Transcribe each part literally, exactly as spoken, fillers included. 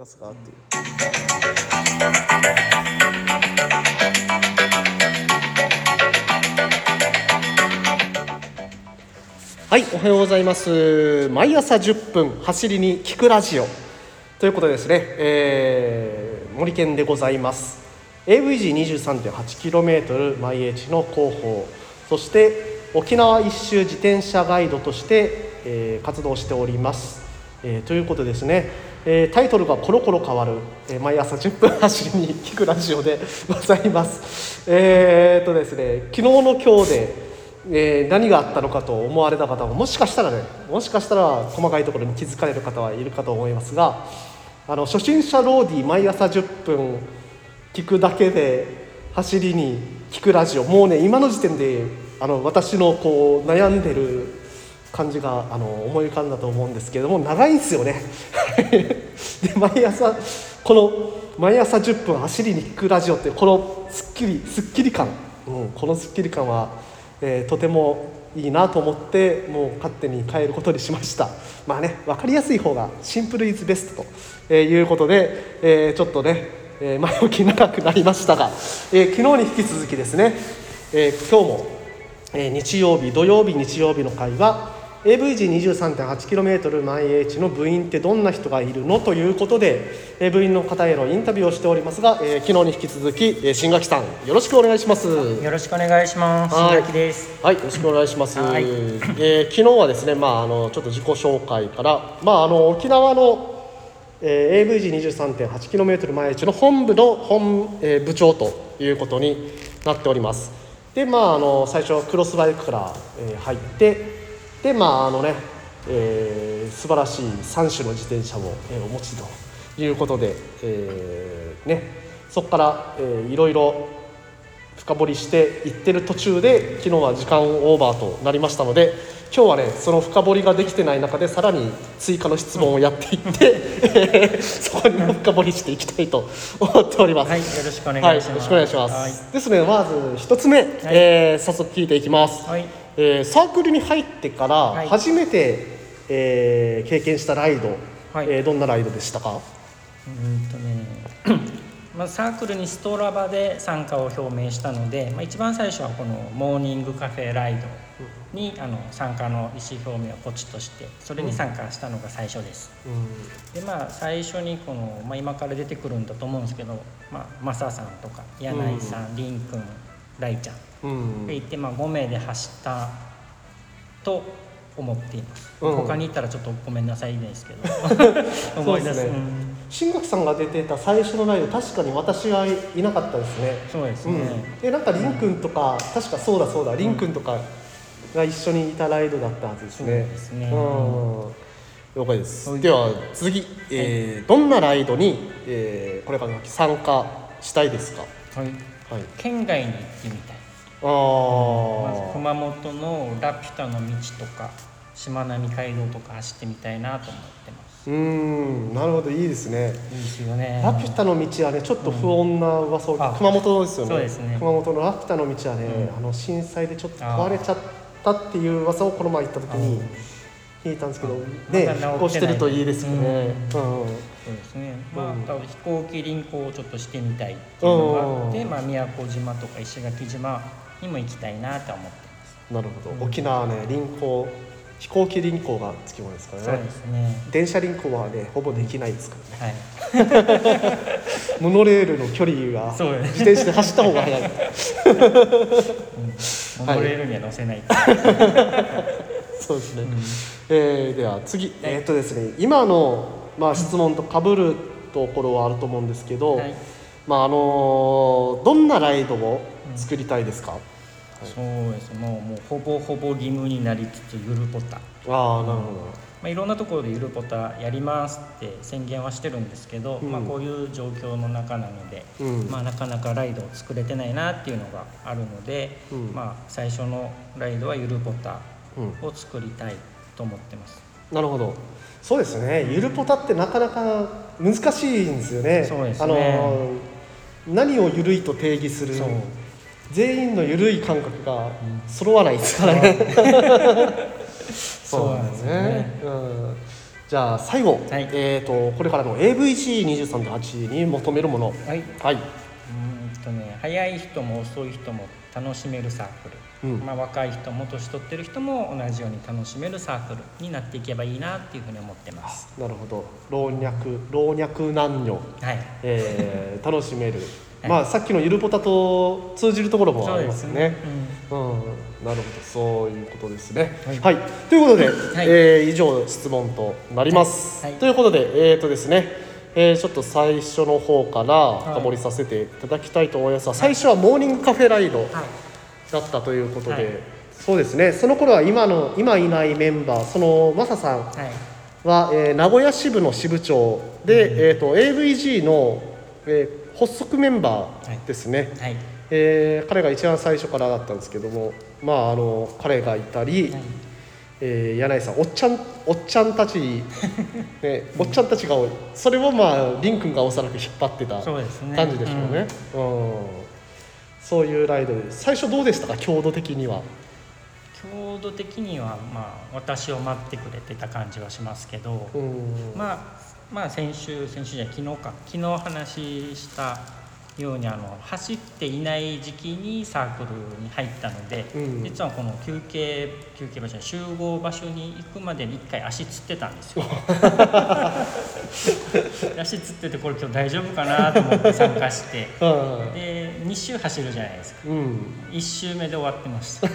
ますがっていう。はい、おはようございます。毎朝じゅっぷん走りに聞くラジオということでですね、えー、森健でございます。 エーブイジーにじゅうさんてんはちキロメートル 毎日の広報、そして沖縄一周自転車ガイドとして、えー、活動しております。えー、ということですね、えー、タイトルがコロコロ変わる、えー、毎朝じゅっぷん走りに聞くラジオでございます。えーとですね、昨日の今日でえー、何があったのかと思われた方ももしかしたらねもしかしたら細かいところに気づかれる方はいるかと思いますが、あの初心者ローディー毎朝じゅっぷん聞くだけで走りに聞くラジオ、もうね今の時点であの私のこう悩んでる感じがあの思い浮かんだと思うんですけれども、長いんですよねで毎朝この毎朝じゅっぷん走りに聞くラジオってこのすっきりすっきり感、うん、このすっきり感はえー、とてもいいなと思ってもう勝手に変えることにしました。まあね、分かりやすい方がシンプルイズベストということで、えー、ちょっとね、えー、前置き長くなりましたが、えー、昨日に引き続きですね、えー、今日も、えー、日曜日土曜日日曜日の会は エーブイジーにじゅうさんてんはちキロメートル 毎日の部員ってどんな人がいるのということで、えー、部員の方へのインタビューをしておりますが、えー、昨日に引き続き、えー、新垣さんよろしくお願いします。 よろしくお願いします。新垣です。 はい、よろしくお願いします。 はい、 えー、昨日はですね、まああのちょっと自己紹介から、まああの沖縄の、えー、エーブイジーにじゅうさんてんはちキロメートル 毎日の本部の本、えー、部長ということになっております。で、まああの最初はクロスバイクから、えー、入って。でまああのね、えー、素晴らしいさん種の自転車を、えー、お持ちということで、えーね、そこから、えー、いろいろ深掘りしていってる途中で昨日は時間オーバーとなりましたので、今日はねその深掘りができてない中でさらに追加の質問をやっていって、うん、そこにも深掘りしていきたいと思っております。 はい、よろしくお願いします。はい、よろしくお願いします。 はい、ですね、まず一つ目、はい、えー、早速聞いていきます。はい、えー、サークルに入ってから初めて、はい、えー、経験したライド、はい、えー、どんなライドでしたか？ うんとねまあ、サークルにストラバで参加を表明したので、まあ、一番最初はこのモーニングカフェライドに、うん、あの参加の意思表明をポチッとしてそれに参加したのが最初です、うん、でまあ最初にこの、まあ、今から出てくるんだと思うんですけど、まあ、マサさんとか柳井さん、うん、リン君、ライちゃん、うん、で行って、まあ、ご名で走ったと思っています、うん、他に行ったらちょっとごめんなさいですけど思い出す。 そうですね、うん、新垣さんが出てた最初のライド確かに私はいなかったですね。 そうですね、うん、 でなんかリン君とか、うん、確かそうだそうだリン君とかが一緒にいたライドだったはずですね。そうですね、うん、了解です、はい、では次、えーはい、どんなライドに、えー、これから参加したいですか？ はい、はい、県外に行ってみたい。 あ、 まず熊本のラピュタの道とかしまなみ海道とか走ってみたいなと思ってます。 うーん、なるほど、いいですね。 いいですよね。 ラピュタの道はねちょっと不穏な噂を、うん、熊本ですよね。 そうですね。 熊本のラピュタの道はね、うん、あの震災でちょっと壊れちゃったっていう噂をこの前行った時に聞いたんですけど、ね、復興してるといいですよね。うん、うん、そうですね。まあ、うん、飛行機輪行をちょっとしてみたいっていうのがあって、うん、まあ宮古島とか石垣島にも行きたいなと思ってます。 なるほど、うん、沖縄ね輪行飛行機輪行がつきものですからね。 そうですね。 電車輪行はねほぼできないですからね、はい、モノレールの距離が自転車で走った方が早い、うん、 モノレールには乗せない、 はい、そうですね、うん、えー、では次、はい、えー、っとですね今の、まあ、質問と被るところはあると思うんですけど、はい、まああのどんなライドを作りたいですか？ うん、そうですね、もう、もうほぼほぼ義務になりつつゆるポタ。 ああ、なるほど、 まあ、いろんなところでゆるポタやりますって宣言はしてるんですけど、うん、まあ、こういう状況の中なので、うん、まあ、なかなかライドを作れてないなっていうのがあるので、うん、まあ、最初のライドはゆるポタを作りたいと思ってます、 うん、なるほど、そうですね、ゆるポタってなかなか難しいんですよね。 そうですね、 あの何をゆるいと定義する、全員のゆるい感覚が揃わないですからね、うん、そうなんですね、うん、 じゃあ最後、 はいえー、とこれからの エーブイジーにじゅうさんてんはち に求めるもの。 はいはい、 うーんとね早い人も遅い人も楽しめるサークル、 うんまあ、若い人も年取ってる人も同じように楽しめるサークルになっていけばいいなっていうふうに思ってます。 なるほど。老若老若男女、 はいえー楽しめる、 はいまあさっきのゆるポタと通じるところもありそうでねますすね。 うんうん、なるほど、そういうことですね。は、 はいいということで、 いえー以上質問となります。 はいということで、えっ、とですね、えーちょっと最初の方からい深掘りさせていただきたいと思いますが、最初はモーニングカフェライドはいだったということで、 はいそうですね。その頃は今の今いないメンバー、そのマサさんはいは、えー名古屋支部の支部長で、えー、と エーブイジー の、えー発足メンバーですね。 はいえー彼が一番最初からだったんですけども、まああの彼がいたり、 はいえー柳井さん、おっちゃんおっちゃんたち、ね、おっちゃんたちが多い。それをまあリン君がおそらく引っ張ってたそうですね感じでしょうね。うんそういうライドで、最初どうでしたか、強度的には。 強度的にはまあ私を待ってくれてた感じはしますけど、 うんまあまあ先週先週じゃない昨日か昨日話したようにあの走っていない時期にサークルに入ったので、 うん実はこの休憩休憩場所集合場所に行くまでにいっかい足つってたんですよ足つっててこれ今日大丈夫かなと思って参加してうんでに周走るじゃないですか。 うんいち周目で終わってました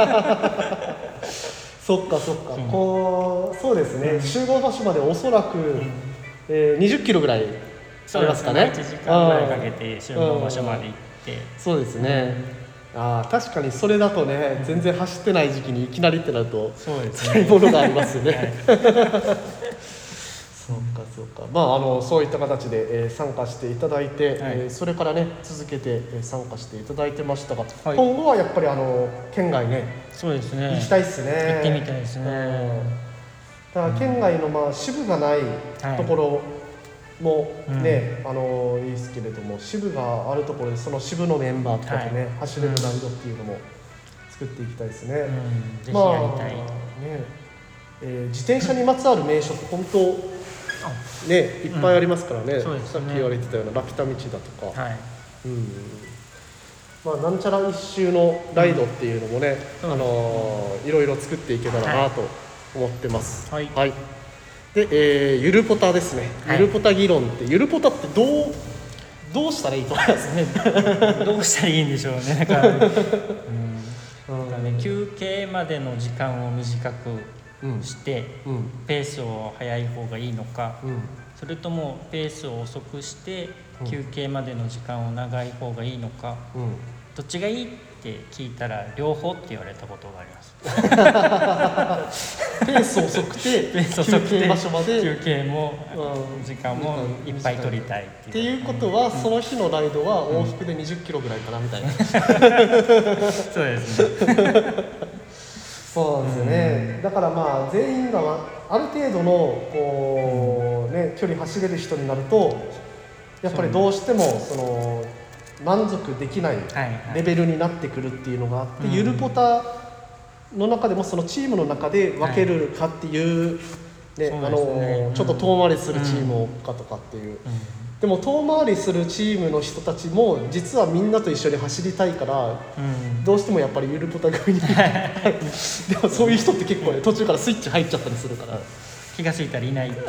そっかそっか、 うんこうそうですね、 うん集合場所までおそらく、えー、にじゅっキロぐらいありますかね。 いちじかんぐらいかけて集合場所まで行ってそうですね、あー確かにそれだとね、全然走ってない時期にいきなりってなるとそうです辛いものがありますよね、 はいそうかそうか、まああのそういった形で、えー参加していただいて、 はいえーそれからね続けて、えー参加していただいてましたが、 はい今後はやっぱりあの県外ねそうですね行きたいっすね。 行ってみたいですねうんだから県外のまあ支部がないはいところもね、あのいいですけれども、支部があるところでその支部のメンバーとかでね、 はい走れるライドっていうのも作っていきたいですね。 うんぜひまあやりたい、 ね、えー自転車にまつわる名所って本当ねいっぱいありますからね。 うんそうですねさっき言われてたようなラピュタ道だとか、 はいうんまあ、なんちゃら一周のライドっていうのもね、 うんあのーいろいろ作っていけたらなと思ってます。 はいで、えーゆるポタですね、 はいゆるポタ議論って、ゆるポタってどうどうしたらいいと思いますねどうしたらいいんでしょうねだから、うんうんなんかね、休憩までの時間を短くうんして、 うんペースを速い方がいいのか、 うんそれともペースを遅くしてうん休憩までの時間を長い方がいいのか、 うんどっちがいいって聞いたら両方って言われたことがありますペース遅くてペース遅くて休憩場所まで休憩もうん時間もいっぱい取りたいっってていういうことは、その日のライドは往復でにじゅっキロぐらいかなみたいな、 そうですねそうですね、だからまあ全員がまあある程度のこう、ね、距離走れる人になるとやっぱりどうしてもその満足できないはいはいレベルになってくるっていうのがあって、 うんゆるポタの中でもそのチームの中で分けるかっていう、ねそうですねあのうんちょっと遠回りするチームを置くかとかっていう、 うんでも遠回りするチームの人たちも実はみんなと一緒に走りたいからうんどうしてもやっぱりゆるポタ組にでもそういう人って結構ね途中からスイッチ入っちゃったりするから、 気がついたらいないっていう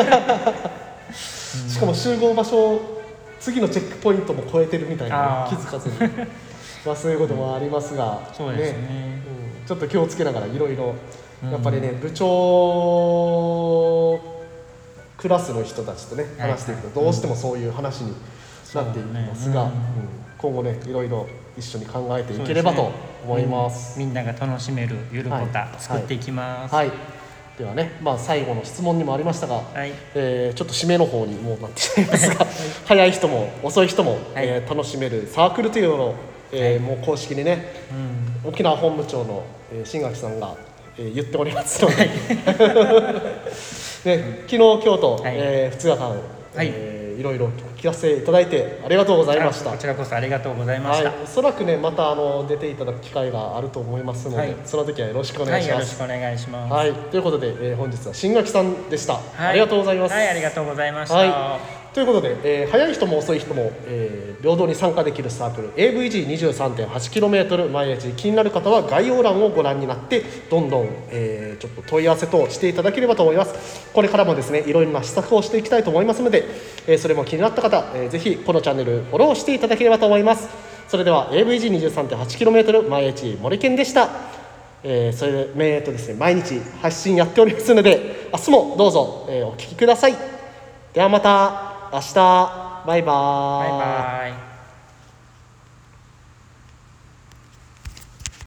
しかも集合場所次のチェックポイントも超えてるみたいなあー気づかずにまあそういうこともありますが、 そうですねうん、ちょっと気をつけながらいろいろうんやっぱりね部長クラスの人たちとねはい話していくとどうしてもそういう話になっていきますが、 そうねうん今後ねいろいろ一緒に考えていければと思います。 みんなが楽しめるゆるポタはい作っていきますはい、ではね、まあ、最後の質問にもありましたが、 はいえーちょっと締めの方にもうなってしまいますが早い人も遅い人も、 はいえー楽しめるサークルというのを、えーもう公式にねうん沖縄本部長の、えー新垣さんが、えー言っておりますので、ね、昨日今日と、 はいえーふつかかん、 はいえーえー、いろいろ聞かせていただいてありがとうございました。 こちらこそありがとうございました。 はい、おそらくねまたあの出ていただく機会があると思いますので、 はい、 その時はよろしくお願いしはい、よろします。 くお願いします。 はい、ということで、えー、本日は新垣さんでした、 はい、 ありがとうございます。 はい、ありがとうございました。 はい、ということで、えー、早い人も遅い人も、えー、平等に参加できるサークル エーブイジーにじゅうさんてんはちキロメートル 毎日気になる方は概要欄をご覧になってどんどん、えー、ちょっと問い合わせ等していただければと思います。これからもですねいろいろな施策をしていきたいと思いますので、えー、それも気になった方、えー、ぜひこのチャンネルフォローしていただければと思います。それでは エーブイジーにじゅうさんてんはちキロメートル 毎日森健でした。えー、それで、えーとですね、毎日発信やっておりますので明日もどうぞ、えー、お聞きください。ではまた明日バイバーイ。 バイバイ。